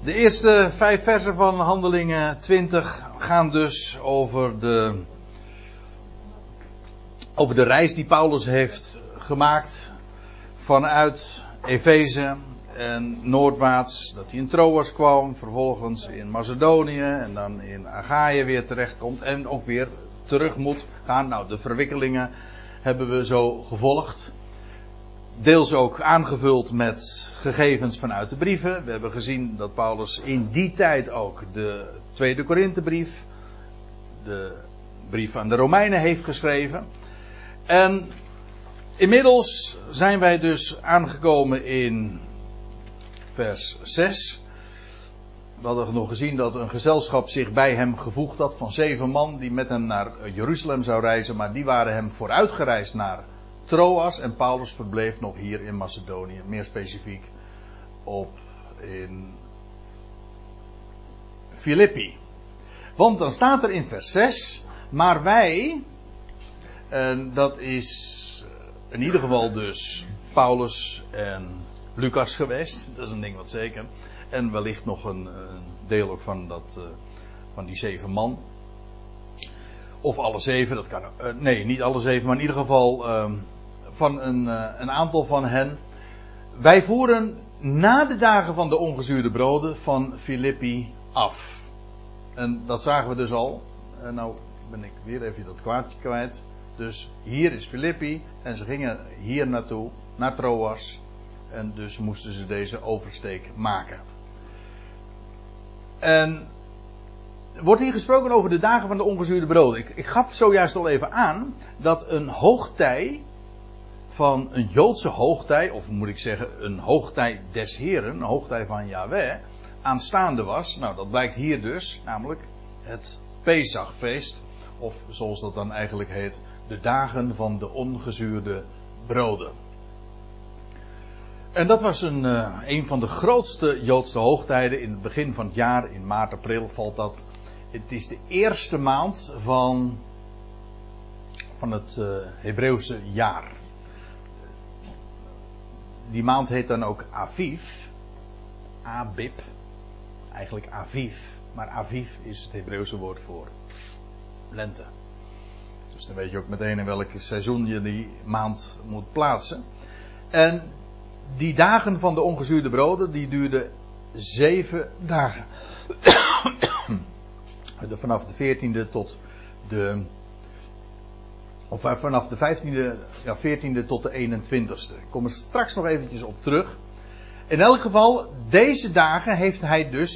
De eerste 5 versen van Handelingen 20 gaan dus over de reis die Paulus heeft gemaakt vanuit Efeze en noordwaarts, dat hij in Troas kwam, vervolgens in Macedonië en dan in Achaïe weer terechtkomt en ook weer terug moet gaan. Nou, de verwikkelingen hebben we zo gevolgd. Deels ook aangevuld met gegevens vanuit de brieven. We hebben gezien dat Paulus in die tijd ook de tweede Korinthebrief, de brief aan de Romeinen heeft geschreven. En inmiddels zijn wij dus aangekomen in vers 6. We hadden nog gezien dat een gezelschap zich bij hem gevoegd had van 7 man die met hem naar Jeruzalem zou reizen, maar die waren hem vooruitgereisd naar Troas en Paulus verbleef nog hier in Macedonië, meer specifiek in Filippi. Want dan staat er in vers 6, maar wij, en dat is in ieder geval dus Paulus en Lucas geweest, dat is een ding wat zeker, en wellicht nog een deel ook van die 7 man. Of alle 7, dat kan. Nee, niet alle 7, maar in ieder geval van een aantal van hen. Wij voeren na de dagen van de ongezuurde broden van Filippi af. En dat zagen we dus al. Nou ben ik weer even dat kwaadje kwijt. Dus hier is Filippi en ze gingen hier naartoe, naar Troas. En dus moesten ze deze oversteek maken. En wordt hier gesproken over de dagen van de ongezuurde broden. Ik gaf zojuist al even aan dat een hoogtij van een Joodse hoogtij, of moet ik zeggen een hoogtij des Heren, een hoogtij van Yahweh, aanstaande was. Nou, dat blijkt hier dus, namelijk het Pesachfeest, of zoals dat dan eigenlijk heet, de dagen van de ongezuurde broden. En dat was een van de grootste Joodse hoogtijden in het begin van het jaar, in maart, april valt dat. Het is de eerste maand van het Hebreeuwse jaar. Die maand heet dan ook Aviv. Abib. Eigenlijk Aviv. Maar Aviv is het Hebreeuwse woord voor lente. Dus dan weet je ook meteen in welk seizoen je die maand moet plaatsen. En die dagen van de ongezuurde broden, die duurden 7 dagen. Vanaf de 14e tot vanaf de 14e tot de 21e. Ik kom er straks nog eventjes op terug. In elk geval, deze dagen heeft hij dus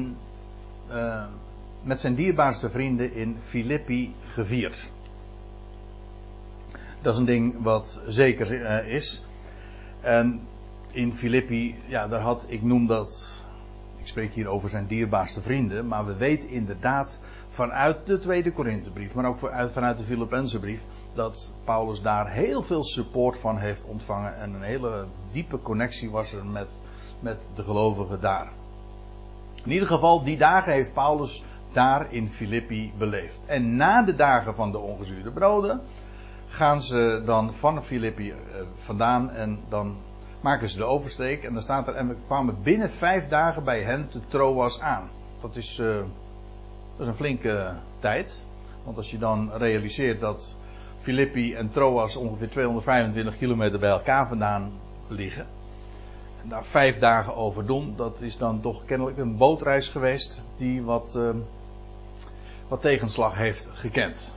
met zijn dierbaarste vrienden in Filippi gevierd. Dat is een ding wat zeker is. En in Filippi, ja, ik spreek hier over zijn dierbaarste vrienden, maar we weten inderdaad vanuit de tweede Korinthebrief, maar ook vanuit de Filippenzenbrief, dat Paulus daar heel veel support van heeft ontvangen en een hele diepe connectie was er met de gelovigen daar. In ieder geval, die dagen heeft Paulus daar in Filippi beleefd. En na de dagen van de ongezuurde broden gaan ze dan van Filippi vandaan en dan maken ze de oversteek. En dan staat er, en we kwamen binnen 5 dagen bij hen te Troas aan. Dat is een flinke tijd. Want als je dan realiseert dat Filippi en Troas ongeveer 225 kilometer bij elkaar vandaan liggen. En daar 5 dagen over doen, dat is dan toch kennelijk een bootreis geweest die wat tegenslag heeft gekend.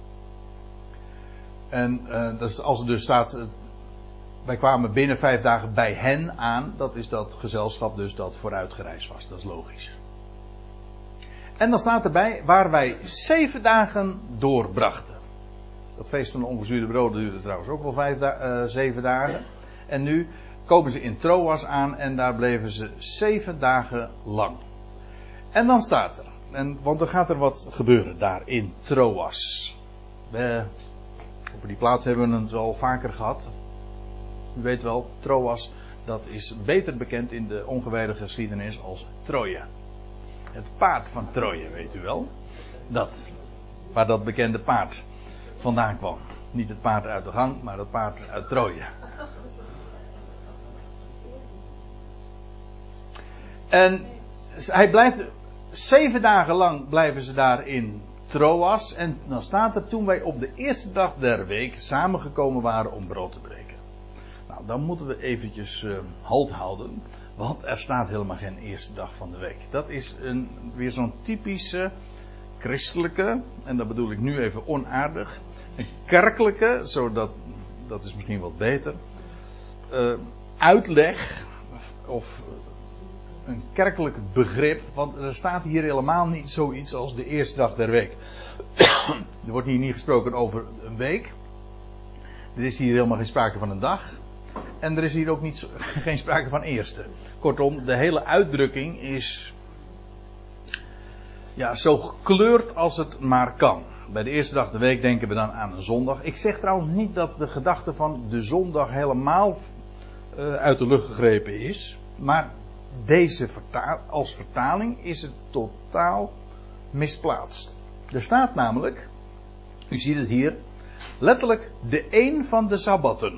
En als er dus staat, wij kwamen binnen 5 dagen bij hen aan, dat is dat gezelschap dus dat vooruitgereisd was, dat is logisch. En dan staat erbij, waar wij 7 dagen doorbrachten. Dat feest van de ongezuurde broden duurde trouwens ook wel 7 dagen. En nu komen ze in Troas aan en daar bleven ze 7 dagen lang. En dan staat er, want er gaat er wat gebeuren daar in Troas. Over die plaats hebben we het al vaker gehad. U weet wel, Troas, dat is beter bekend in de ongewijde geschiedenis als Troje. Het paard van Troje, weet u wel. Waar dat bekende paard vandaan kwam. Niet het paard uit de gang, maar het paard uit Troje. En hij blijft 7 dagen lang blijven ze daar in Troas. En dan staat er: toen wij op de eerste dag der week samengekomen waren om brood te breken. Nou, dan moeten we eventjes halt houden. Want er staat helemaal geen eerste dag van de week. Dat is weer zo'n typische christelijke, en dat bedoel ik nu even onaardig, een kerkelijke, zodat, dat is misschien wat beter, uitleg of een kerkelijk begrip, want er staat hier helemaal niet zoiets als de eerste dag der week. Er wordt hier niet gesproken over een week. Er is hier helemaal geen sprake van een dag. En er is hier ook geen sprake van eerste. Kortom, de hele uitdrukking is zo gekleurd als het maar kan. Bij de eerste dag der week denken we dan aan een zondag. Ik zeg trouwens niet dat de gedachte van de zondag helemaal uit de lucht gegrepen is. Maar deze als vertaling is het totaal misplaatst. Er staat namelijk, u ziet het hier, letterlijk de een van de sabbatten.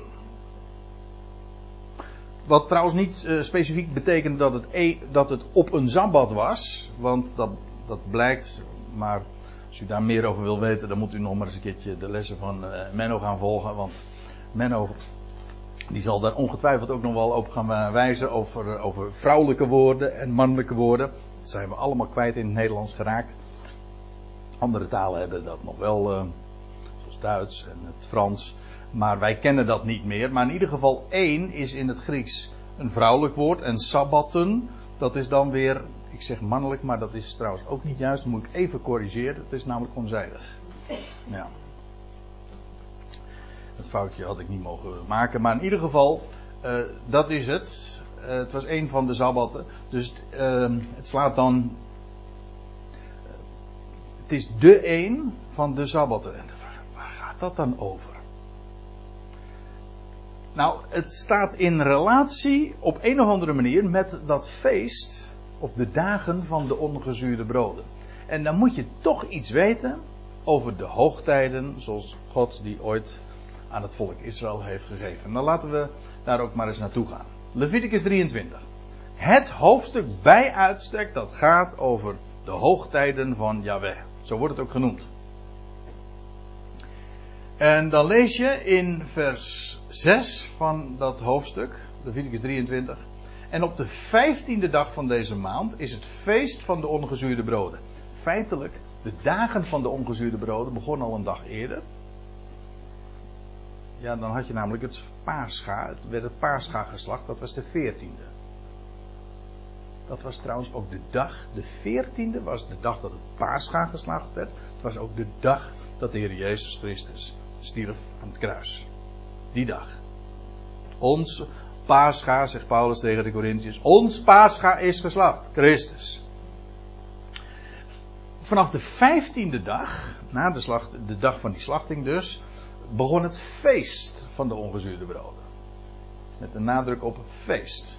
Wat trouwens niet specifiek betekent dat het op een sabbat was. Want dat blijkt. Maar als u daar meer over wil weten, dan moet u nog maar eens een keertje de lessen van Menno gaan volgen. Want Menno die zal daar ongetwijfeld ook nog wel op gaan wijzen over vrouwelijke woorden en mannelijke woorden. Dat zijn we allemaal kwijt in het Nederlands geraakt. Andere talen hebben dat nog wel, zoals Duits en het Frans. Maar wij kennen dat niet meer. Maar in ieder geval 1 is in het Grieks een vrouwelijk woord. En sabbatten, dat is dan weer, ik zeg mannelijk, maar dat is trouwens ook niet juist. Dat moet ik even corrigeren. Het is namelijk onzijdig. Ja. Dat foutje had ik niet mogen maken. Maar in ieder geval, dat is het. Het was 1 van de sabbatten. Dus het slaat dan. Het is de 1 van de sabbatten. En waar gaat dat dan over? Nou, het staat in relatie op een of andere manier met dat feest, of de dagen van de ongezuurde broden. En dan moet je toch iets weten over de hoogtijden, zoals God die ooit aan het volk Israël heeft gegeven. En dan laten we daar ook maar eens naartoe gaan. Leviticus 23. Het hoofdstuk bij uitstek dat gaat over de hoogtijden van Yahweh. Zo wordt het ook genoemd. En dan lees je in vers 6 van dat hoofdstuk, Leviticus 23. En op de 15e dag van deze maand is het feest van de ongezuurde broden. Feitelijk, de dagen van de ongezuurde broden begonnen al een dag eerder. Ja, dan had je namelijk het Pascha, het werd het Pascha geslacht, dat was de 14e. Dat was trouwens ook de dag, de 14e was de dag dat het Pascha geslacht werd. Het was ook de dag dat de Heer Jezus Christus stierf aan het kruis. Die dag. Ons Pascha, zegt Paulus tegen de Corinthiërs, ons Pascha is geslacht, Christus. Vanaf de 15e dag, na de dag van die slachting dus, begon het feest van de ongezuurde broden. Met een nadruk op feest.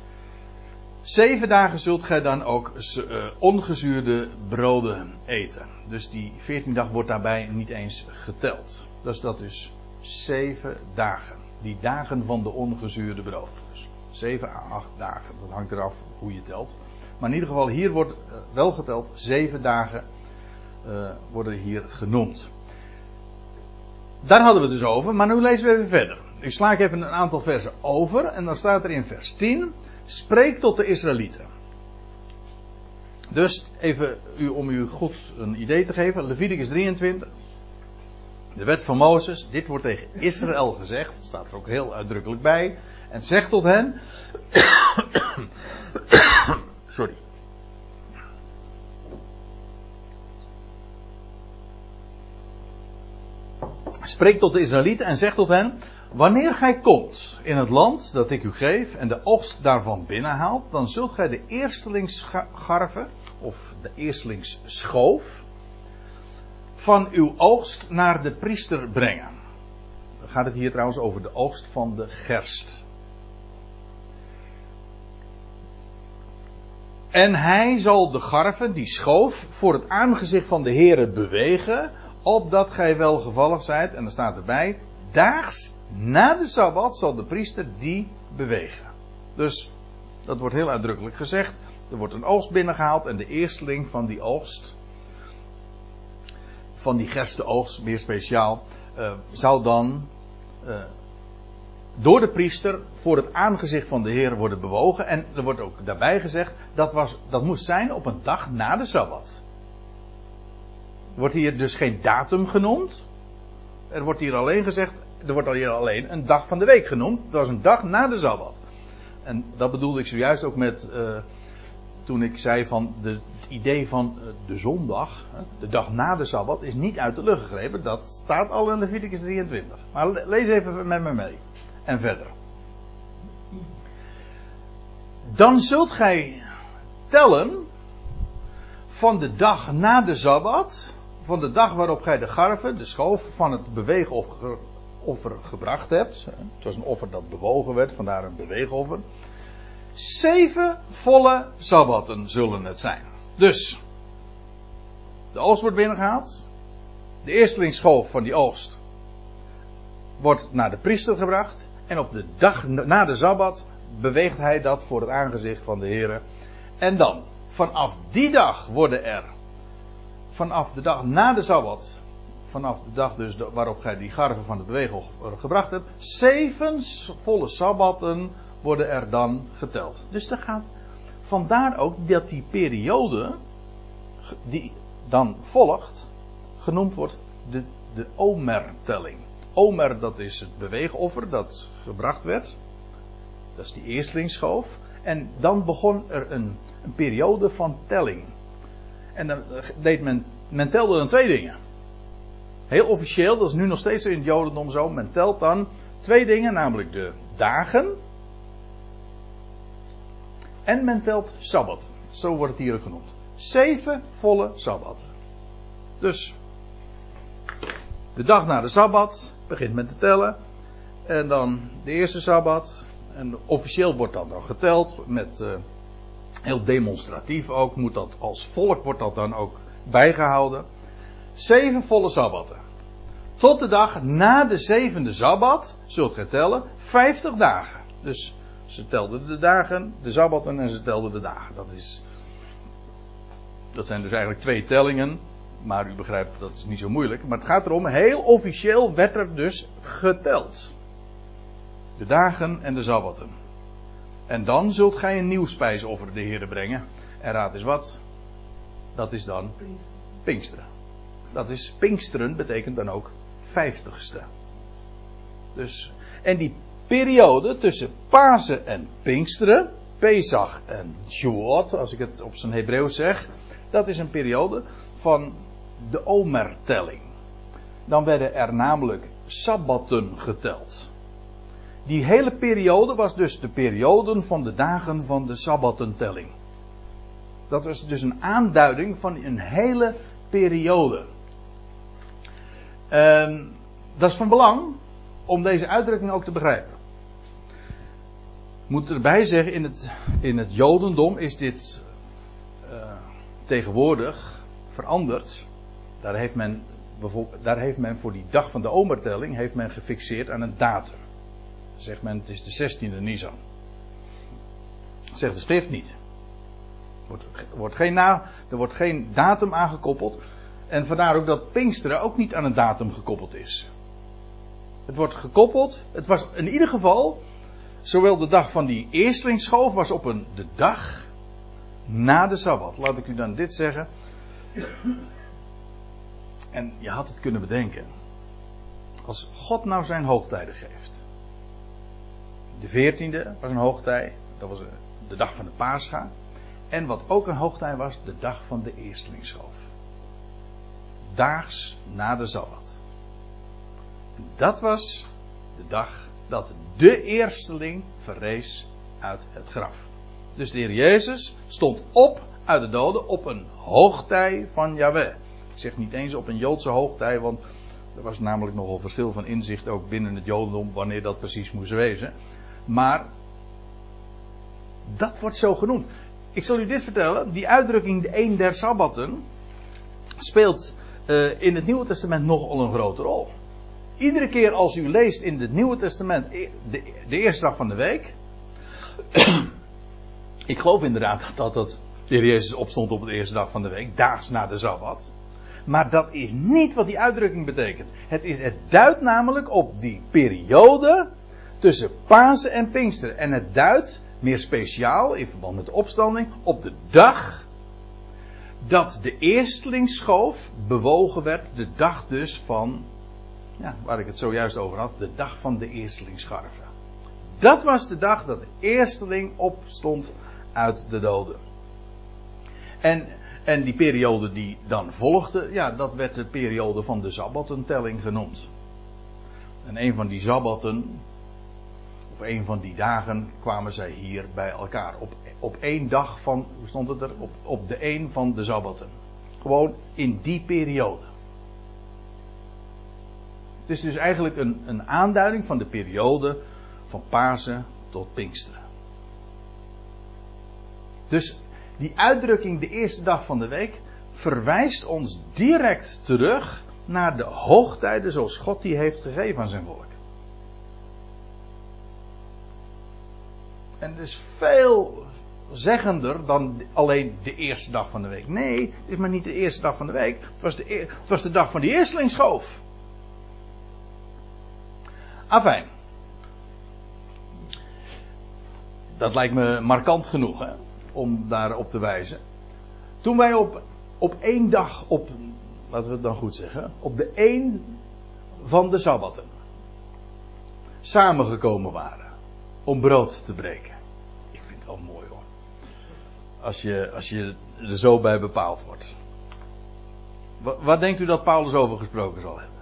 7 dagen zult gij dan ook ongezuurde broden eten. Dus die 14e dag wordt daarbij niet eens geteld. Dus dat is 7 dagen. Die dagen van de ongezuurde broden. Dus 7 à 8 dagen. Dat hangt eraf hoe je telt. Maar in ieder geval hier wordt wel geteld. 7 dagen worden hier genoemd. Daar hadden we het dus over. Maar nu lezen we even verder. Nu sla ik even een aantal versen over. En dan staat er in vers 10. Spreek tot de Israëlieten. Dus even om u goed een idee te geven. Leviticus 23. De wet van Mozes. Dit wordt tegen Israël gezegd. Dat staat er ook heel uitdrukkelijk bij. En zegt tot hen. Sorry. Spreek tot de Israëlieten en zegt tot hen. Wanneer gij komt in het land dat ik u geef en de oogst daarvan binnenhaalt, dan zult gij de eerstelingsgarve of de eerstelingsschoof van uw oogst naar de priester brengen. Dan gaat het hier trouwens over de oogst van de gerst. En hij zal de garve, die schoof, voor het aangezicht van de Heere bewegen, opdat gij welgevallig zijt. En dan staat erbij, daags na de Sabbat zal de priester die bewegen. Dus, dat wordt heel uitdrukkelijk gezegd. Er wordt een oogst binnengehaald en de eersteling van die oogst, van die gerstenoogst, meer speciaal, zou dan door de priester voor het aangezicht van de Heer worden bewogen. En er wordt ook daarbij gezegd, dat moest zijn op een dag na de Sabbat. Er wordt hier dus geen datum genoemd. Er wordt hier alleen gezegd, er wordt hier alleen een dag van de week genoemd. Het was een dag na de Sabbat. En dat bedoelde ik zojuist ook met, toen ik zei van het idee van de zondag, de dag na de Sabbat, is niet uit de lucht gegrepen. Dat staat al in Leviticus 23. Maar lees even met me mee. En verder. Dan zult gij tellen van de dag na de Sabbat, van de dag waarop gij de garve, de schoof van het beweegoffer gebracht hebt. Het was een offer dat bewogen werd, vandaar een beweegoffer. 7 volle Sabbatten zullen het zijn. Dus, de oogst wordt binnengehaald. De eerstelingsschoof van die oogst wordt naar de priester gebracht. En op de dag na de Sabbat beweegt hij dat voor het aangezicht van de Heere. En dan, vanaf die dag worden er, vanaf de dag na de Sabbat, vanaf de dag dus waarop gij die garve van de beweegoffer gebracht hebt, 7 volle Sabbatten worden er dan geteld. Dus er gaat, vandaar ook dat die periode die dan volgt, genoemd wordt de Omer-telling. Omer, dat is het beweegoffer dat gebracht werd. Dat is die eerstelingsschoof. En dan begon er een periode van telling. En dan deed men telde dan 2 dingen. Heel officieel, dat is nu nog steeds in het Jodendom zo. Men telt dan 2 dingen, namelijk de dagen. En men telt Sabbatten. Zo wordt het hier ook genoemd. 7 volle Sabbatten. Dus de dag na de Sabbat begint men te tellen. En dan de eerste Sabbat. En officieel wordt dat dan geteld. Met heel demonstratief ook. Moet dat als volk wordt dat dan ook bijgehouden. 7 volle Sabbatten. Tot de dag na de 7e Sabbat zult gij tellen 50 dagen. Dus ze telden de dagen, de Sabbatten en ze telden de dagen. Dat zijn dus eigenlijk 2 tellingen. Maar u begrijpt, dat is niet zo moeilijk. Maar het gaat erom, heel officieel werd er dus geteld. De dagen en de Sabbatten. En dan zult gij een nieuw spijsoffer de Heere brengen. En raad eens wat. Dat is dan Pinksteren. Dat is Pinksteren betekent dan ook 50ste. Dus, en die periode tussen Pasen en Pinksteren, Pesach en Shavuot, als ik het op zijn Hebreeuws zeg, dat is een periode van de Omer-telling. Dan werden er namelijk Sabbatten geteld. Die hele periode was dus de periode van de dagen van de Sabbattentelling. Dat was dus een aanduiding van een hele periode. Dat is van belang om deze uitdrukking ook te begrijpen. Ik moet erbij zeggen, in het Jodendom is dit tegenwoordig veranderd. Daar heeft men voor die dag van de Omertelling heeft men gefixeerd aan een datum. Dan zegt men, het is de 16e Nisan. Dat zegt de schrift niet. Er wordt geen datum aangekoppeld. En vandaar ook dat Pinksteren ook niet aan een datum gekoppeld is. Het wordt gekoppeld. Het was in ieder geval, zowel de dag van die eerstelingsschoof was op de dag na de Sabbat. Laat ik u dan dit zeggen. En je had het kunnen bedenken. Als God nou zijn hoogtijden geeft. De 14e was een hoogtij. Dat was de dag van de Pascha. En wat ook een hoogtij was, de dag van de eerstelingsschoof. Daags na de Sabbat. Dat was de dag dat de eersteling verrees uit het graf. Dus de Heer Jezus stond op uit de doden op een hoogtij van Jahweh. Ik zeg niet eens op een Joodse hoogtij, want er was namelijk nogal verschil van inzicht ook binnen het Jodendom wanneer dat precies moest wezen. Maar dat wordt zo genoemd. Ik zal u dit vertellen, die uitdrukking de een der Sabbatten speelt in het Nieuwe Testament nogal een grote rol. Iedere keer als u leest in het Nieuwe Testament de eerste dag van de week, Ik geloof inderdaad dat de Heer Jezus opstond op de eerste dag van de week, daags na de Sabbat. Maar dat is niet wat die uitdrukking betekent. Het duidt namelijk op die periode tussen Pasen en Pinksteren. En het duidt, meer speciaal, in verband met de opstanding, op de dag dat de eerstlingsschoof bewogen werd. De dag dus van, ja, waar ik het zojuist over had, de dag van de eerstlingsscharven. Dat was de dag dat de eersteling opstond uit de doden. En die periode die dan volgde, ja, dat werd de periode van de Sabbatentelling genoemd. En een van die Sabbaten, of een van die dagen, kwamen zij hier bij elkaar. Op één dag van, hoe stond het er? Op de een van de Sabbaten. Gewoon in die periode. Het is dus eigenlijk een aanduiding van de periode van Pasen tot Pinksteren. Dus die uitdrukking de eerste dag van de week verwijst ons direct terug naar de hoogtijden zoals God die heeft gegeven aan zijn volk. En het is veel zeggender dan alleen de eerste dag van de week. Nee, het is maar niet de eerste dag van de week. Het was de dag van de eerstlingsschoof. Afijn. Dat lijkt me markant genoeg, hè, om daarop te wijzen. Toen wij op één dag, laten we het dan goed zeggen, op de één van de Sabbaten samengekomen waren om brood te breken. Ik vind het wel mooi, hoor. Als je er zo bij bepaald wordt. Wat denkt u dat Paulus over gesproken zal hebben?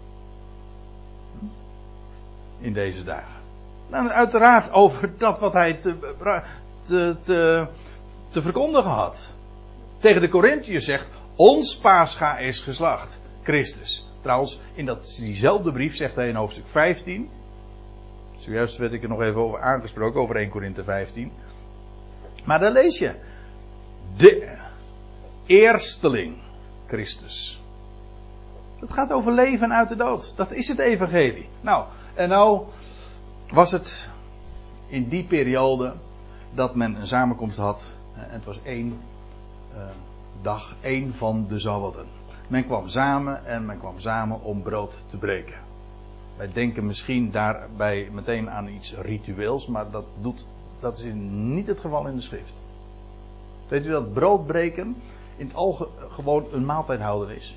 In deze dagen. Nou, uiteraard over dat wat hij te verkondigen had. Tegen de Korintiërs zegt, ons Pascha is geslacht, Christus. Trouwens, in diezelfde brief zegt hij in hoofdstuk 15. Zojuist werd ik er nog even over aangesproken, over 1 Korinthe 15. Maar daar lees je. De eersteling, Christus. Het gaat over leven uit de dood. Dat is het evangelie. Nou was het in die periode dat men een samenkomst had. En het was één dag, één van de Sabbaten. Men kwam samen om brood te breken. Wij denken misschien daarbij meteen aan iets ritueels, maar dat is niet het geval in de schrift. Weet u dat brood breken in het algemeen gewoon een maaltijdhouder is?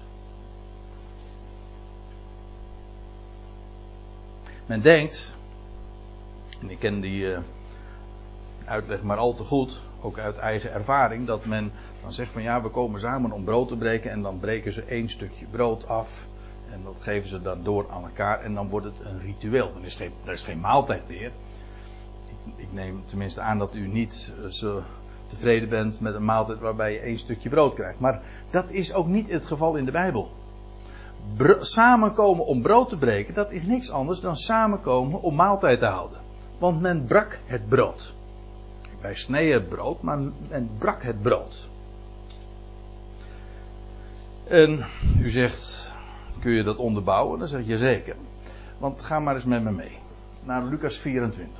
Men denkt, en ik ken die uitleg maar al te goed, ook uit eigen ervaring, dat men dan zegt van ja, we komen samen om brood te breken en dan breken ze 1 stukje brood af en dat geven ze dan door aan elkaar en dan wordt het een ritueel. Er is geen maaltijd meer. Ik neem tenminste aan dat u niet zo tevreden bent met een maaltijd waarbij je 1 stukje brood krijgt. Maar dat is ook niet het geval in de Bijbel. Samenkomen om brood te breken, dat is niks anders dan samenkomen om maaltijd te houden. Want men brak het brood. Wij sneden het brood, maar men brak het brood. En u zegt, kun je dat onderbouwen? Dan zeg je zeker. Want ga maar eens met me mee. Naar Lucas 24.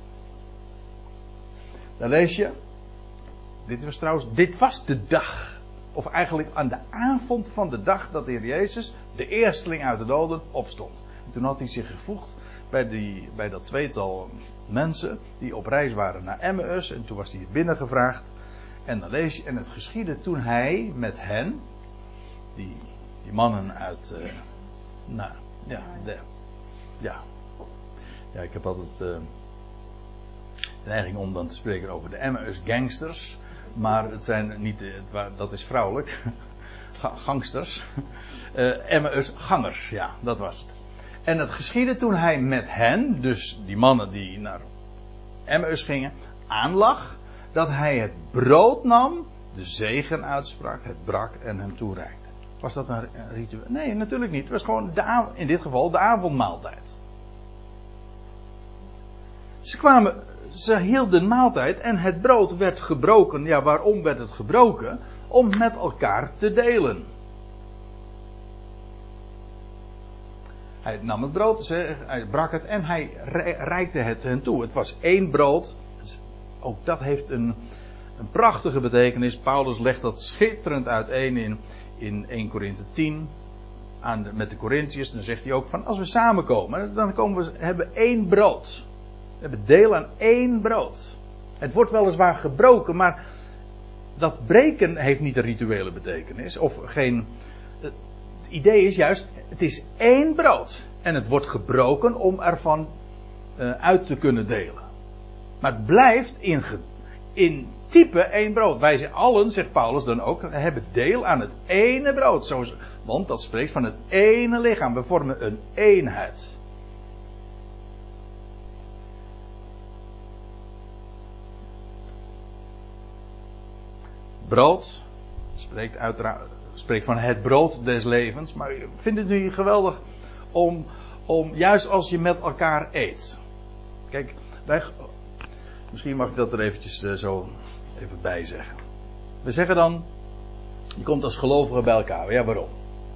Daar lees je. Dit was de dag. Of eigenlijk aan de avond van de dag dat de Heer Jezus, de eersteling uit de doden, opstond. En toen had hij zich gevoegd bij dat tweetal mensen die op reis waren naar Emmaus. En toen was hij binnengevraagd. En dan lees je, en het geschiedde toen hij met hen, die mannen uit, ik heb altijd de neiging om dan te spreken over de Emmaus gangsters. Maar het zijn niet, dat is vrouwelijk. Gangsters. Emmaus gangers, ja, dat was het. En het geschiedde toen hij met hen, dus die mannen die naar Emmaus gingen, aanlag, dat hij het brood nam, de zegen uitsprak, het brak en hem toereikte. Was dat een ritueel? Nee, natuurlijk niet. Het was gewoon in dit geval de avondmaaltijd. Ze hielden maaltijd en het brood werd gebroken. Ja, waarom werd het gebroken? Om met elkaar te delen. Hij nam het brood, hij brak het en hij reikte het hen toe. Het was 1 brood. ook dat heeft een prachtige betekenis. Paulus legt dat schitterend uiteen in 1 Korinthe 10 met de Korinthiërs. Dan zegt hij ook van als we samenkomen, dan hebben we één brood. We hebben deel aan één brood. Het wordt weliswaar gebroken, maar dat breken heeft niet een rituele betekenis. Of geen. Het idee is juist, het is één brood. En het wordt gebroken om ervan uit te kunnen delen. Maar het blijft in type één brood. Wij zijn allen, zegt Paulus dan ook, hebben deel aan het ene brood. Want dat spreekt van het ene lichaam. We vormen een eenheid. Brood spreekt van het brood des levens. Maar ik vind het nu geweldig om juist als je met elkaar eet. Kijk, misschien mag ik dat er eventjes zo even bij zeggen. We zeggen dan, je komt als gelovige bij elkaar. Ja, waarom?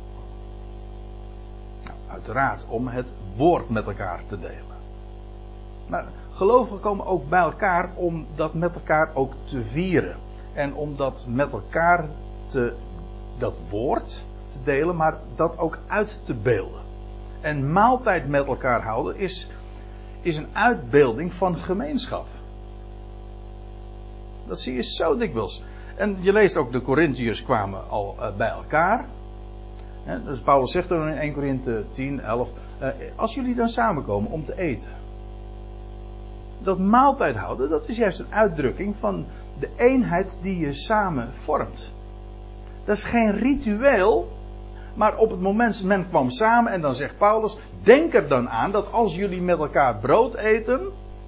Nou, uiteraard om het woord met elkaar te delen. Maar gelovigen komen ook bij elkaar om dat met elkaar ook te vieren. En om dat met elkaar dat woord te delen, maar dat ook uit te beelden. En maaltijd met elkaar houden is een uitbeelding van gemeenschap. Dat zie je zo dikwijls. En je leest ook, de Korinthiërs kwamen al bij elkaar. Dus Paulus zegt dan in 1 Korinthe 10, 11. Als jullie dan samenkomen om te eten. Dat maaltijd houden, dat is juist een uitdrukking van de eenheid die je samen vormt. Dat is geen ritueel. Maar op het moment, men kwam samen en dan zegt Paulus, denk er dan aan dat als jullie met elkaar brood eten,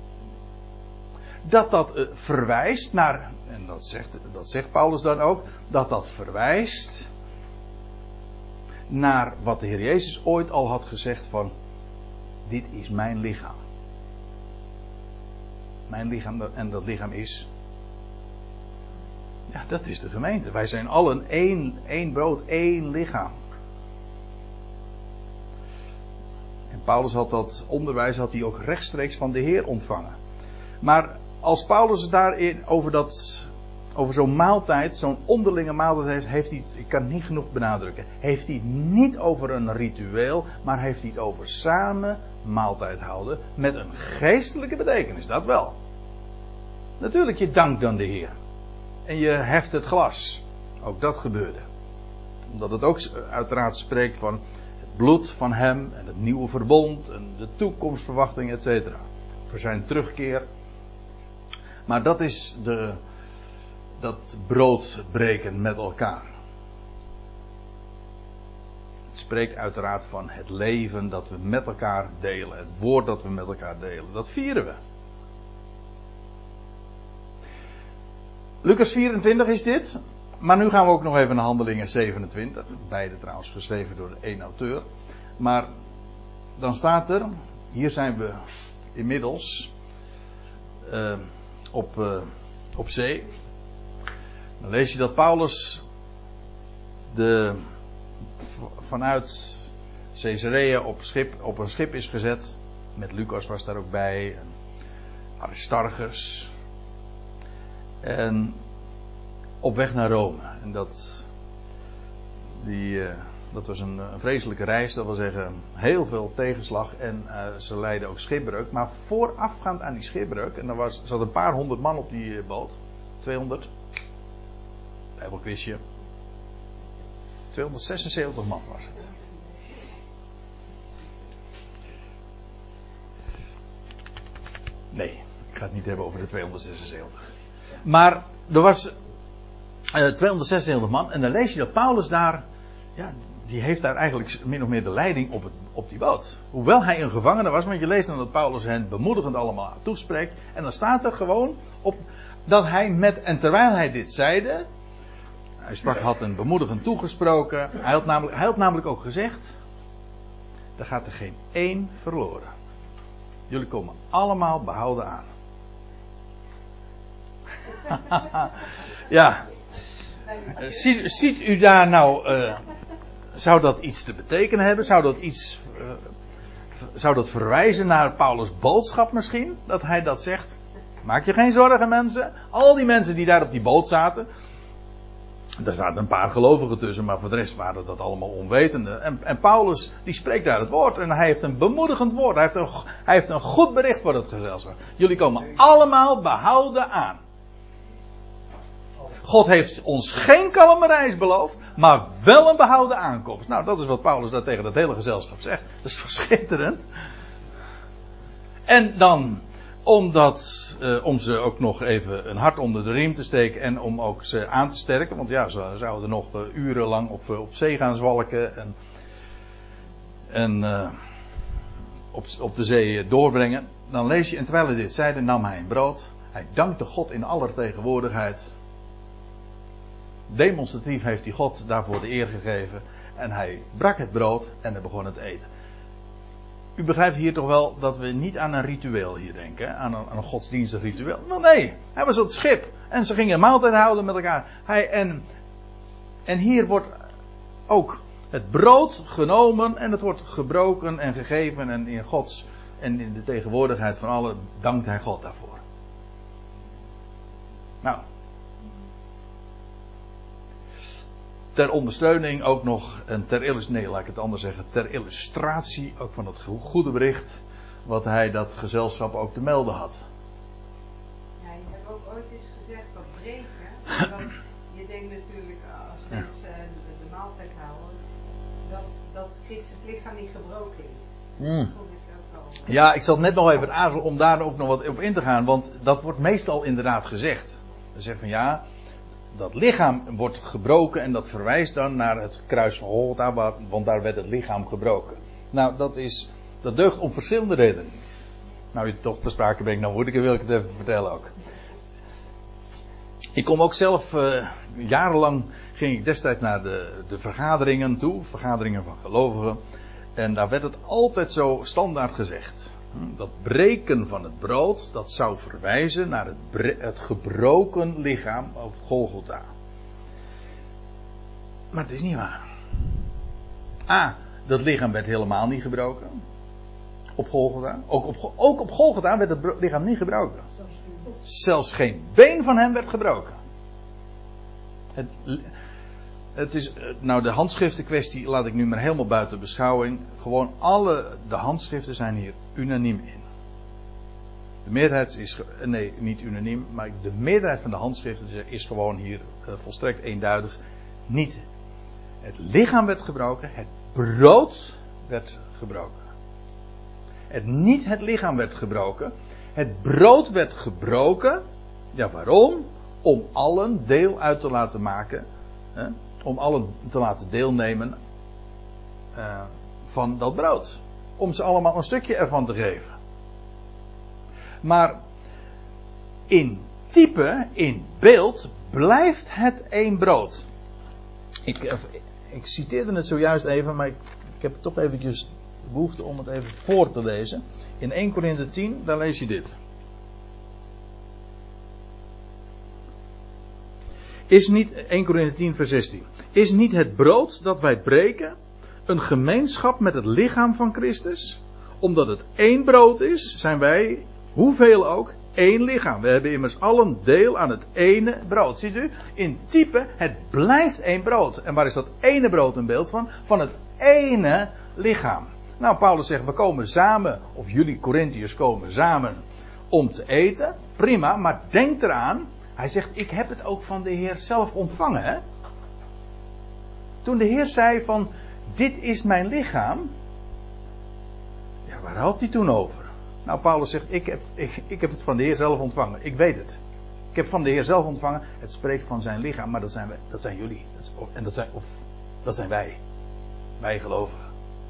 dat verwijst naar, en dat zegt Paulus dan ook, dat verwijst naar wat de Heer Jezus ooit al had gezegd van, dit is mijn lichaam. Mijn lichaam, en dat lichaam is, ja, dat is de gemeente. Wij zijn allen één brood, één lichaam. En Paulus had dat onderwijs ook rechtstreeks van de Heer ontvangen. Maar als Paulus daarin over zo'n maaltijd, zo'n onderlinge maaltijd heeft hij, ik kan het niet genoeg benadrukken, heeft hij het niet over een ritueel, maar heeft hij het over samen maaltijd houden met een geestelijke betekenis, dat wel. Natuurlijk, je dankt dan de Heer. En je heft het glas. Ook dat gebeurde. Omdat het ook uiteraard spreekt van het bloed van hem en het nieuwe verbond en de toekomstverwachting, etc. Voor zijn terugkeer. Maar dat is dat brood breken met elkaar. Het spreekt uiteraard van het leven dat we met elkaar delen. Het woord dat we met elkaar delen. Dat vieren we. Lucas 24 is dit. Maar nu gaan we ook nog even naar Handelingen 27. Beide trouwens geschreven door één auteur. Maar dan staat er. Hier zijn we inmiddels op zee. Dan lees je dat Paulus vanuit Caesarea op een schip is gezet. Met Lucas was daar ook bij. En Aristarchus. En op weg naar Rome. En dat was een vreselijke reis. Dat wil zeggen heel veel tegenslag. En ze leidden ook schipbreuk. Maar voorafgaand aan die schipbreuk. En er zat een paar honderd man op die boot. 200. Bijbelquizje. 276 man was het. Nee, ik ga het niet hebben over de 276. Maar er was 276 man. En dan lees je dat Paulus daar. Ja, die heeft daar eigenlijk min of meer de leiding op die boot. Hoewel hij een gevangene was. Want je leest dan dat Paulus hen bemoedigend allemaal toespreekt. En dan staat er gewoon op dat hij en terwijl hij dit zeide. Hij had een bemoedigend toegesproken. Hij had namelijk ook gezegd. Er gaat er geen één verloren. Jullie komen allemaal behouden aan. Ja. Ziet u daar nou. Zou dat iets te betekenen hebben? Zou dat verwijzen naar Paulus' boodschap misschien? Dat hij dat zegt? Maak je geen zorgen, mensen. Al die mensen die daar op die boot zaten. Daar zaten een paar gelovigen tussen, maar voor de rest waren dat allemaal onwetenden. En Paulus, die spreekt daar het woord. En hij heeft een bemoedigend woord. Hij heeft een goed bericht voor het gezelschap. Jullie komen allemaal behouden aan. God heeft ons geen kalme reis beloofd, maar wel een behouden aankomst. Nou, dat is wat Paulus daar tegen dat hele gezelschap zegt. Dat is toch schitterend? En dan, om ze ook nog even een hart onder de riem te steken en om ook ze aan te sterken. Want ja, ze zouden nog urenlang op zee gaan zwalken en op de zee doorbrengen. Dan lees je, en terwijl hij dit zeide, nam hij een brood. Hij dankte God in aller tegenwoordigheid. Demonstratief heeft hij God daarvoor de eer gegeven. En hij brak het brood en hij begon het eten. U begrijpt hier toch wel dat we niet aan een ritueel hier denken. Hè? Aan een godsdienstig ritueel. Nou nee, hij was op het schip. En ze gingen een maaltijd houden met elkaar. En hier wordt ook het brood genomen. En het wordt gebroken en gegeven. En in Gods en in de tegenwoordigheid van allen dankt hij God daarvoor. Nou. Ter ondersteuning ook nog, en laat ik het anders zeggen, ter illustratie ook van het goede bericht wat hij dat gezelschap ook te melden had. Ja, je hebt ook ooit eens gezegd dat breken, want je denkt natuurlijk als mensen de maaltijd houden, dat Christus lichaam niet gebroken is. Ja, ik zat net nog even aarzelen om daar ook nog wat op in te gaan, want dat wordt meestal inderdaad gezegd. Ze zeggen van ja, dat lichaam wordt gebroken en dat verwijst dan naar het kruis van Golgotha, want daar werd het lichaam gebroken. Nou, dat deugt om verschillende redenen. Nou, je toch ter sprake brengt, nou wil ik het even vertellen ook. Ik kom ook zelf, jarenlang ging ik destijds naar de vergaderingen toe, vergaderingen van gelovigen. En daar werd het altijd zo standaard gezegd. Dat breken van het brood, dat zou verwijzen naar het gebroken lichaam op Golgotha. Maar het is niet waar. Dat lichaam werd helemaal niet gebroken. Op Golgotha. Ook op Golgotha werd het lichaam niet gebroken. Zelfs geen been van hem werd gebroken. Het is, nou de handschriftenkwestie laat ik nu maar helemaal buiten beschouwing. Gewoon de handschriften zijn hier unaniem in. De meerderheid is, nee niet unaniem, maar de meerderheid van de handschriften is gewoon hier volstrekt eenduidig. Niet het lichaam werd gebroken, het brood werd gebroken. Niet het lichaam werd gebroken, het brood werd gebroken. Ja, waarom? Om allen deel uit te laten maken. Om allen te laten deelnemen van dat brood. Om ze allemaal een stukje ervan te geven. Maar in type, in beeld, blijft het één brood. Ik citeerde het zojuist even, maar ik heb toch eventjes de behoefte om het even voor te lezen. In 1 Korinthe 10, daar lees je dit. Is niet, 1 Korinthe 10 vers 16. Is niet het brood dat wij breken een gemeenschap met het lichaam van Christus? Omdat het één brood is, zijn wij, hoeveel ook, één lichaam. We hebben immers allen deel aan het ene brood. Ziet u? In type, het blijft één brood. En waar is dat ene brood een beeld van? Van het ene lichaam. Nou, Paulus zegt, we komen samen, of jullie Korintiërs komen samen om te eten. Prima, maar denk eraan. Hij zegt, ik heb het ook van de Heer zelf ontvangen. Hè? Toen de Heer zei van, dit is mijn lichaam. Ja, waar had hij toen over? Nou, Paulus zegt, ik heb het van de Heer zelf ontvangen. Ik weet het. Ik heb van de Heer zelf ontvangen. Het spreekt van zijn lichaam, maar dat zijn jullie. Dat zijn wij. Wij gelovigen.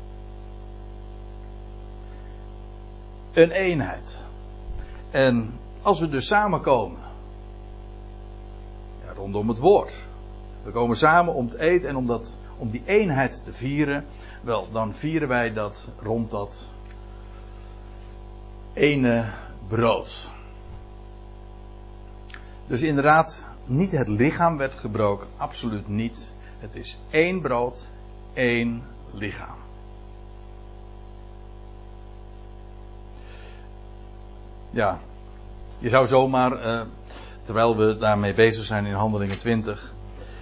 Een eenheid. En als we dus samenkomen. Ja, rondom het woord. We komen samen om te eten en om die eenheid te vieren. Wel, dan vieren wij dat rond dat ene brood. Dus inderdaad, niet het lichaam werd gebroken. Absoluut niet. Het is één brood, één lichaam. Ja. Je zou zomaar, terwijl we daarmee bezig zijn in Handelingen 20,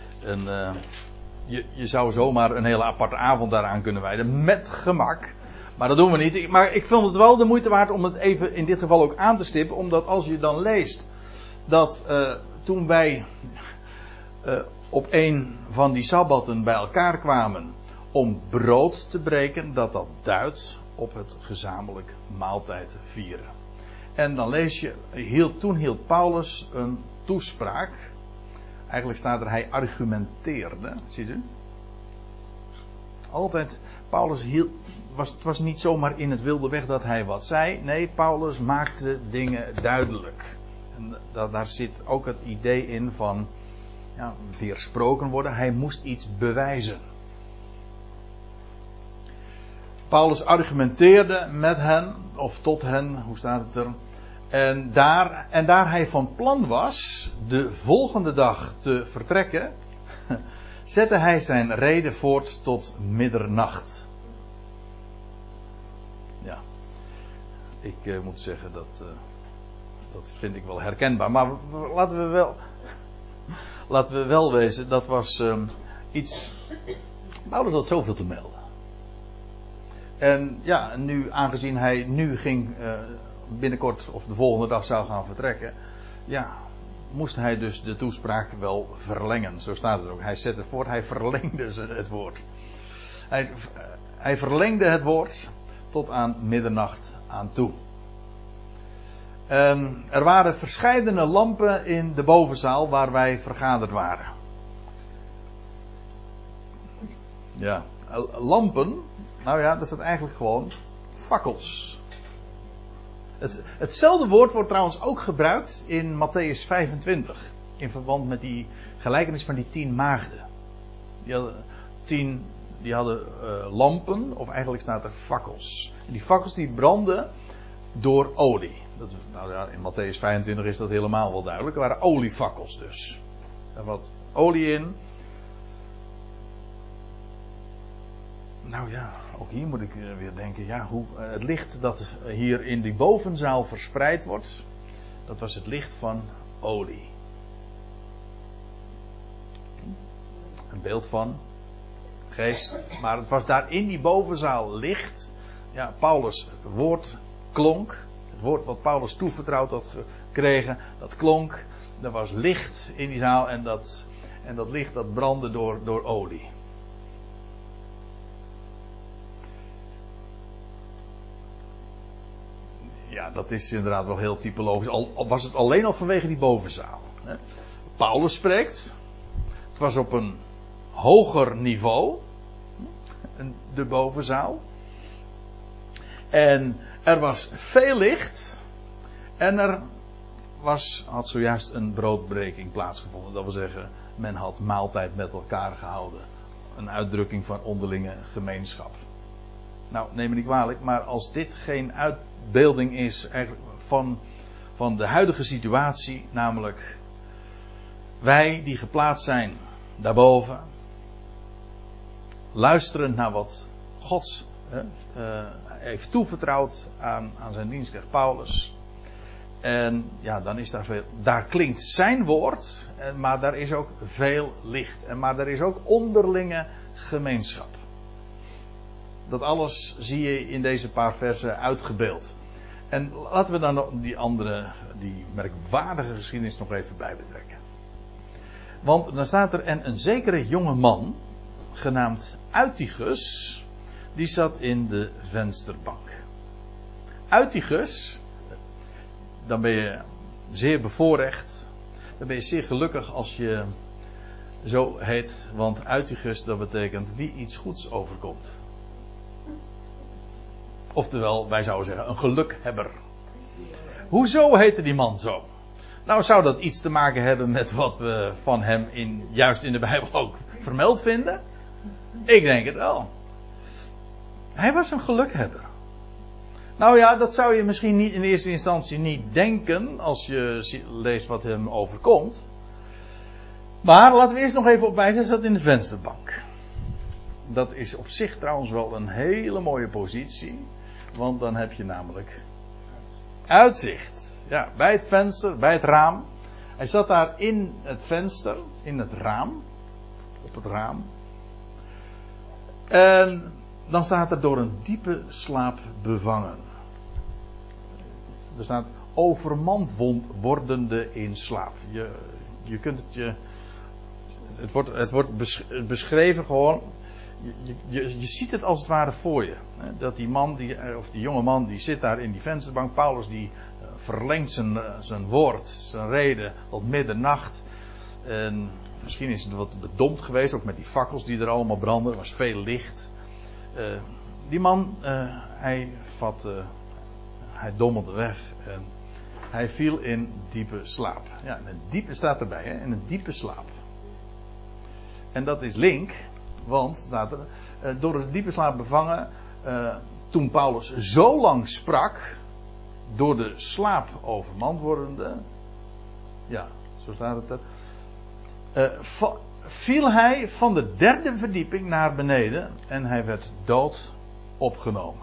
je zou zomaar een hele aparte avond daaraan kunnen wijden, met gemak. Maar dat doen we niet. Maar ik vond het wel de moeite waard om het even in dit geval ook aan te stippen, omdat als je dan leest dat toen wij op een van die sabbatten bij elkaar kwamen om brood te breken, dat duidt op het gezamenlijk maaltijd vieren. En dan lees je, toen hield Paulus een toespraak. Eigenlijk staat er, hij argumenteerde. Ziet u? Altijd, Paulus het was niet zomaar in het wilde weg dat hij wat zei. Nee, Paulus maakte dingen duidelijk. En daar zit ook het idee in van weersproken worden. Hij moest iets bewijzen. Paulus argumenteerde met hen, of tot hen, hoe staat het er? En daar hij van plan was de volgende dag te vertrekken, zette hij zijn rede voort tot middernacht. Ja, ik moet zeggen dat vind ik wel herkenbaar. Maar laten we wel wezen, dat was iets. Paulus had zoveel te melden. En ja, nu aangezien hij nu ging binnenkort of de volgende dag zou gaan vertrekken, ja, moest hij dus de toespraak wel verlengen. Zo staat het ook. Hij zette voort, hij verlengde het woord. Hij verlengde het woord tot aan middernacht aan toe. Er waren verscheidene lampen in de bovenzaal waar wij vergaderd waren. Ja, lampen, nou ja, dat staat eigenlijk gewoon fakkels. Hetzelfde woord wordt trouwens ook gebruikt in Mattheüs 25. In verband met die gelijkenis van die 10 maagden. Die hadden lampen, of eigenlijk staat er fakkels. En die fakkels die brandden door olie. In Mattheüs 25 is dat helemaal wel duidelijk. Er waren oliefakkels dus. Er wat olie in. Nou ja, ook hier moet ik weer denken, hoe het licht dat hier in die bovenzaal verspreid wordt, dat was het licht van olie. Een beeld van geest, maar het was daar in die bovenzaal licht. Ja, Paulus' woord klonk, het woord wat Paulus toevertrouwd had gekregen, dat klonk. Er was licht in die zaal en dat licht dat brandde door olie. Ja, dat is inderdaad wel heel typologisch. Al was het alleen al vanwege die bovenzaal. Paulus spreekt. Het was op een hoger niveau. De bovenzaal. En er was veel licht. En er had zojuist een broodbreking plaatsgevonden. Dat wil zeggen, men had maaltijd met elkaar gehouden. Een uitdrukking van onderlinge gemeenschap. Nou, neem me niet kwalijk, maar als dit geen uitbeelding is van de huidige situatie, namelijk wij die geplaatst zijn daarboven, luisteren naar wat God heeft toevertrouwd aan zijn dienstknecht Paulus. En ja, dan is daar klinkt zijn woord, maar daar is ook veel licht. Maar daar is ook onderlinge gemeenschap. Dat alles zie je in deze paar versen uitgebeeld. En laten we dan die merkwaardige geschiedenis nog even bij betrekken. Want dan staat er, en een zekere jonge man, genaamd Eutychus, die zat in de vensterbank. Eutychus, dan ben je zeer bevoorrecht. Dan ben je zeer gelukkig als je zo heet. Want Eutychus, dat betekent wie iets goeds overkomt. Oftewel, wij zouden zeggen, een gelukhebber. Hoezo heette die man zo? Nou, zou dat iets te maken hebben met wat we van hem juist in de Bijbel ook vermeld vinden? Ik denk het wel. Hij was een gelukhebber. Nou ja, dat zou je misschien niet in eerste instantie niet denken als je leest wat hem overkomt. Maar laten we eerst nog even opwijzen, hij zat in de vensterbank. Dat is op zich trouwens wel een hele mooie positie. Want dan heb je namelijk uitzicht. Ja, bij het venster, bij het raam. Hij zat daar in het venster, in het raam. Op het raam. En dan staat er door een diepe slaap bevangen. Er staat overmand wordende in slaap. Je kunt het je... Het wordt beschreven gewoon... Je ziet het als het ware voor je. Dat die man, of die jonge man, die zit daar in die vensterbank. Paulus die verlengt zijn woord, zijn rede tot middernacht. En misschien is het wat bedompt geweest, ook met die fakkels die er allemaal branden. Er was veel licht. Die man, hij dommelde weg. En hij viel in diepe slaap. Ja, een diepe staat erbij, hè? In een diepe slaap. En dat is link, want staat er, door een diepe slaap bevangen, toen Paulus zo lang sprak, door de slaap overmand wordende, ja, zo staat het er, viel hij van de 3e verdieping naar beneden en hij werd dood opgenomen.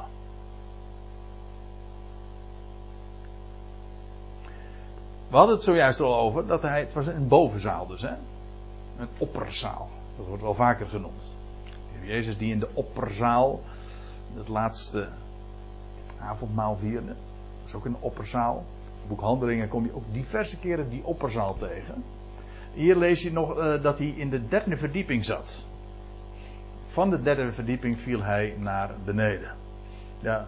We hadden het zojuist al over dat het was een bovenzaal dus, hè? Een opperzaal. Dat wordt wel vaker genoemd. Jezus die in de opperzaal het laatste avondmaal vierde. Dat is ook een opperzaal. In het boek Handelingen kom je ook diverse keren die opperzaal tegen. Hier lees je nog dat hij in de 3e verdieping zat. Van de 3e verdieping viel hij naar beneden. Ja.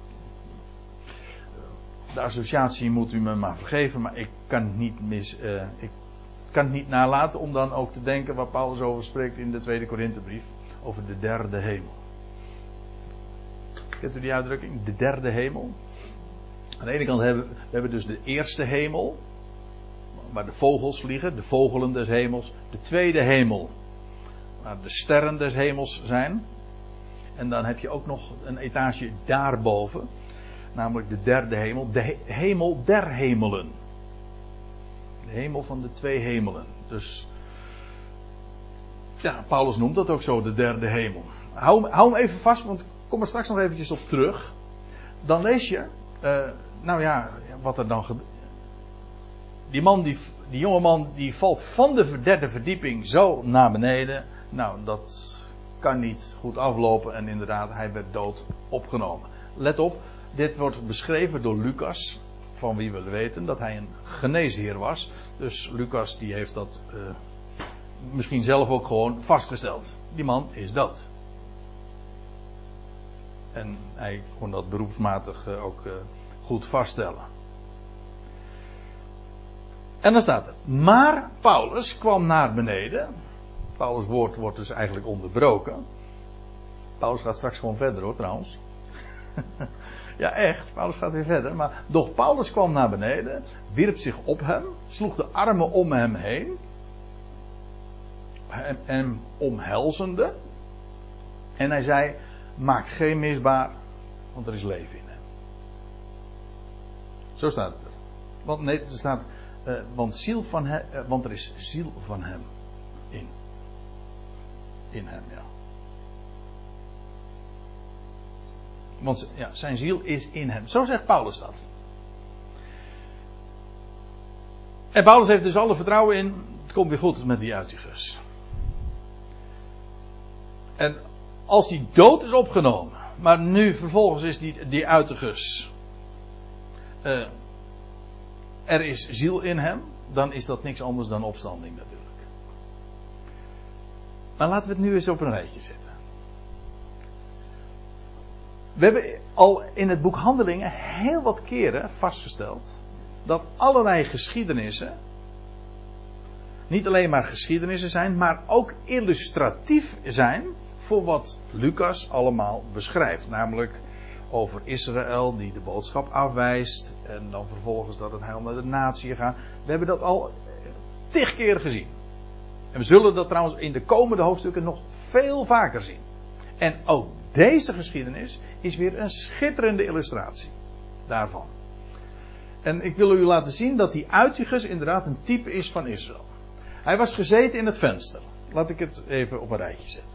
De associatie moet u me maar vergeven, maar ik kan het niet nalaten om dan ook te denken waar Paulus over spreekt in de 2e Korinthebrief. Over de 3e hemel. Kent u die uitdrukking? De 3e hemel. Aan de ene kant hebben we dus de 1e hemel. Waar de vogels vliegen. De vogelen des hemels. De 2e hemel. Waar de sterren des hemels zijn. En dan heb je ook nog een etage daarboven. Namelijk de 3e hemel. De hemel der hemelen. De hemel van de 2 hemelen. Dus ja, Paulus noemt dat ook zo, de 3e hemel. Hou hem even vast, want ik kom er straks nog eventjes op terug. Dan lees je, wat er dan gebeurt. Die jonge man die valt van de 3e verdieping zo naar beneden. Nou, dat kan niet goed aflopen en inderdaad, hij werd dood opgenomen. Let op, dit wordt beschreven door Lucas, van wie we weten dat hij een geneesheer was. Dus Lucas die heeft dat misschien zelf ook gewoon vastgesteld. Die man is dood. En hij kon dat beroepsmatig ook goed vaststellen. En dan staat er, maar Paulus kwam naar beneden. Paulus' woord wordt dus eigenlijk onderbroken. Paulus gaat straks gewoon verder hoor trouwens. Ja echt, Paulus gaat weer verder. Maar doch Paulus kwam naar beneden, wierp zich op hem, sloeg de armen om hem heen. Hem omhelzende. En hij zei, maak geen misbaar, want er is leven in hem. Zo staat het er. Want nee, er staat, want er is ziel van hem in. In hem, ja. Want ja, zijn ziel is in hem. Zo zegt Paulus dat. En Paulus heeft dus alle vertrouwen in. Het komt weer goed met die Eutychus. En als die dood is opgenomen. Maar nu vervolgens is die Eutychus. Er is ziel in hem. Dan is dat niks anders dan opstanding natuurlijk. Maar laten we het nu eens op een rijtje zetten. We hebben al in het boek Handelingen heel wat keren vastgesteld dat allerlei geschiedenissen niet alleen maar geschiedenissen zijn, maar ook illustratief zijn voor wat Lucas allemaal beschrijft. Namelijk over Israël die de boodschap afwijst en dan vervolgens dat het heil naar de natie gaat. We hebben dat al 10 keer gezien. En we zullen dat trouwens in de komende hoofdstukken nog veel vaker zien. En ook deze geschiedenis is weer een schitterende illustratie daarvan. En ik wil u laten zien dat die Eutychus inderdaad een type is van Israël. Hij was gezeten in het venster. Laat ik het even op een rijtje zetten.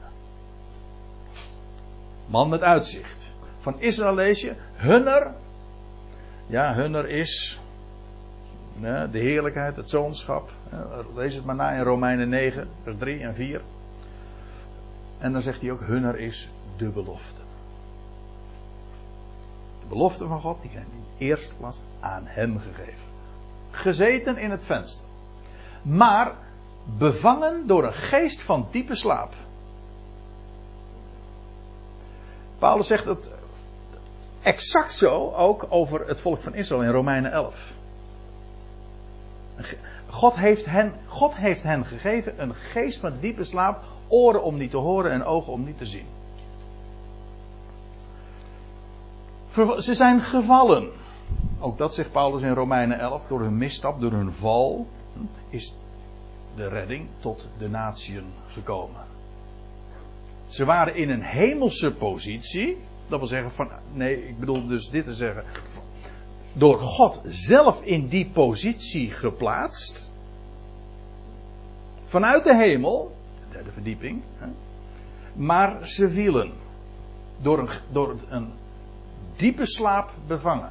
Man met uitzicht. Van Israël lees je, hunner. Ja, hunner is De heerlijkheid, het zoonschap. Lees het maar na in Romeinen 9, vers 3 en 4. En dan zegt hij ook, hunner is de belofte. De beloften van God, die zijn in de eerste plaats aan hem gegeven. Gezeten in het venster. Maar bevangen door een geest van diepe slaap. Paulus zegt het exact zo ook over het volk van Israël in Romeinen 11. God heeft hen gegeven een geest van diepe slaap, oren om niet te horen en ogen om niet te zien. Ze zijn gevallen. Ook dat zegt Paulus in Romeinen 11. Door hun misstap, door hun val, is de redding tot de natieën gekomen. Ze waren in een hemelse positie. Dat wil zeggen ik bedoel dus dit te zeggen. Door God zelf in die positie geplaatst. Vanuit de hemel. De derde verdieping. Maar ze vielen. Door een diepe slaap bevangen.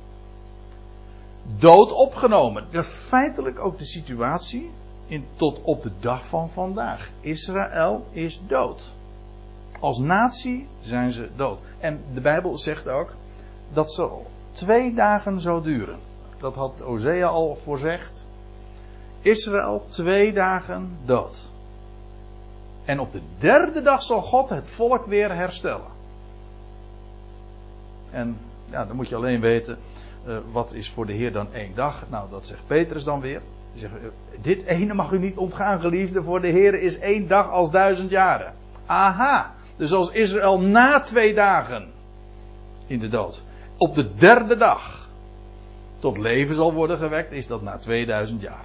Dood opgenomen. Dat is feitelijk ook de situatie tot op de dag van vandaag. Israël is dood. Als natie zijn ze dood. En de Bijbel zegt ook dat zal 2 dagen zou duren. Dat had Hosea al voorzegd. Israël 2 dagen dood. En op de 3e dag zal God het volk weer herstellen. En ja, dan moet je alleen weten, wat is voor de Heer dan 1 dag? Nou, dat zegt Petrus dan weer. Hij zegt, dit ene mag u niet ontgaan, geliefde, voor de Heer is 1 dag als 1000 jaren. Aha, dus als Israël na 2 dagen in de dood, op de 3e dag, tot leven zal worden gewekt, is dat na 2000 jaar.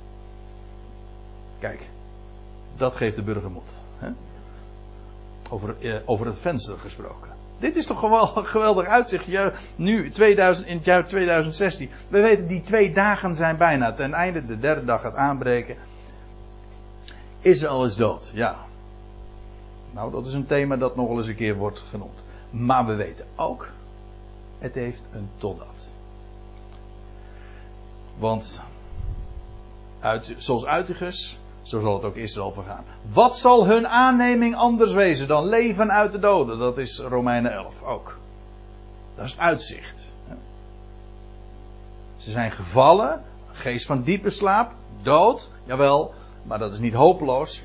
Kijk, dat geeft de burger moed. Hè? Over het venster gesproken. Dit is toch gewoon een geweldig uitzicht. Nu, in het jaar 2016. We weten, die 2 dagen zijn bijna ten einde. De 3e dag gaat aanbreken. Israël is dood, ja. Nou, dat is een thema dat nog wel eens een keer wordt genoemd. Maar we weten ook, het heeft een totdat. Want, zoals Uitigus, zo zal het ook Israël vergaan. Wat zal hun aanneming anders wezen dan leven uit de doden? Dat is Romeinen 11 ook. Dat is het uitzicht. Ze zijn gevallen, geest van diepe slaap, dood, jawel, maar dat is niet hopeloos.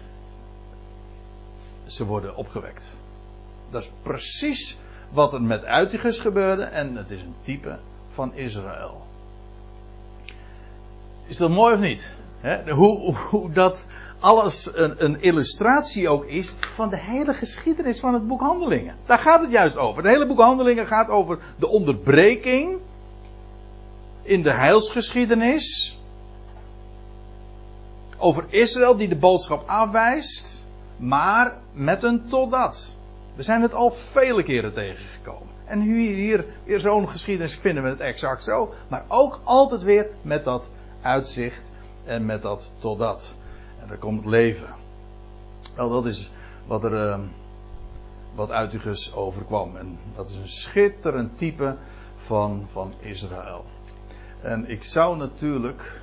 Ze worden opgewekt. Dat is precies wat er met Uitigus gebeurde en het is een type van Israël. Is dat mooi of niet? Hoe dat alles een illustratie ook is van de hele geschiedenis van het boek Handelingen. Daar gaat het juist over. Het hele boek Handelingen gaat over de onderbreking in de heilsgeschiedenis. Over Israël die de boodschap afwijst, maar met een totdat. We zijn het al vele keren tegengekomen. En hier weer zo'n geschiedenis vinden we het exact zo. Maar ook altijd weer met dat uitzicht en met dat totdat. En daar komt het leven. Wel, dat is wat Uitigus overkwam. En dat is een schitterend type van Israël. En ik zou natuurlijk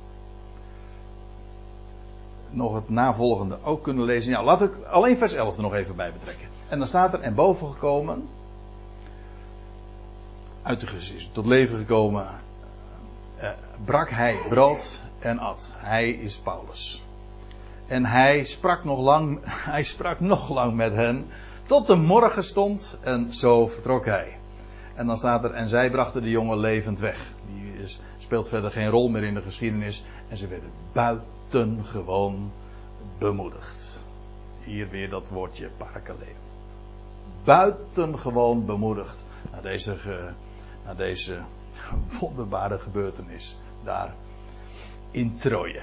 nog het navolgende ook kunnen lezen. Ja, laat ik alleen vers 11 er nog even bij betrekken. En dan staat er, en boven gekomen, Uitigus is tot leven gekomen, brak hij brood en at. Hij is Paulus. En hij sprak nog lang met hen, tot de morgen stond en zo vertrok hij. En dan staat er, en zij brachten de jongen levend weg. Die speelt verder geen rol meer in de geschiedenis. En ze werden buitengewoon bemoedigd. Hier weer dat woordje parakaleum. Buitengewoon bemoedigd naar deze wonderbare gebeurtenis daar in Troje.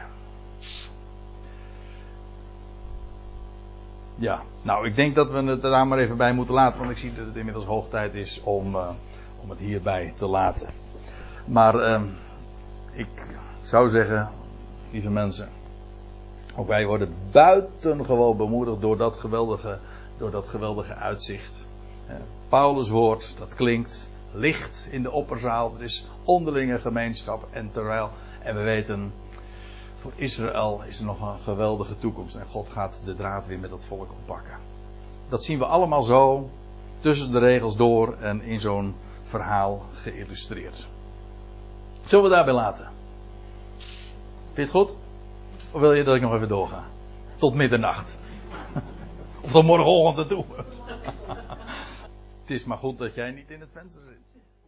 Ja, nou, ik denk dat we het daar maar even bij moeten laten, want ik zie dat het inmiddels hoog tijd is om het hierbij te laten. Maar ik zou zeggen, lieve mensen, ook wij worden buitengewoon bemoedigd door dat geweldige uitzicht. Paulus' woord, dat klinkt licht in de opperzaal, er is onderlinge gemeenschap En we weten, voor Israël is er nog een geweldige toekomst. En God gaat de draad weer met dat volk oppakken. Dat zien we allemaal zo, tussen de regels door en in zo'n verhaal geïllustreerd. Zullen we daarbij laten? Vind je het goed? Of wil je dat ik nog even doorga? Tot middernacht. Of tot morgenochtend ertoe. Het is maar goed dat jij niet in het venster zit.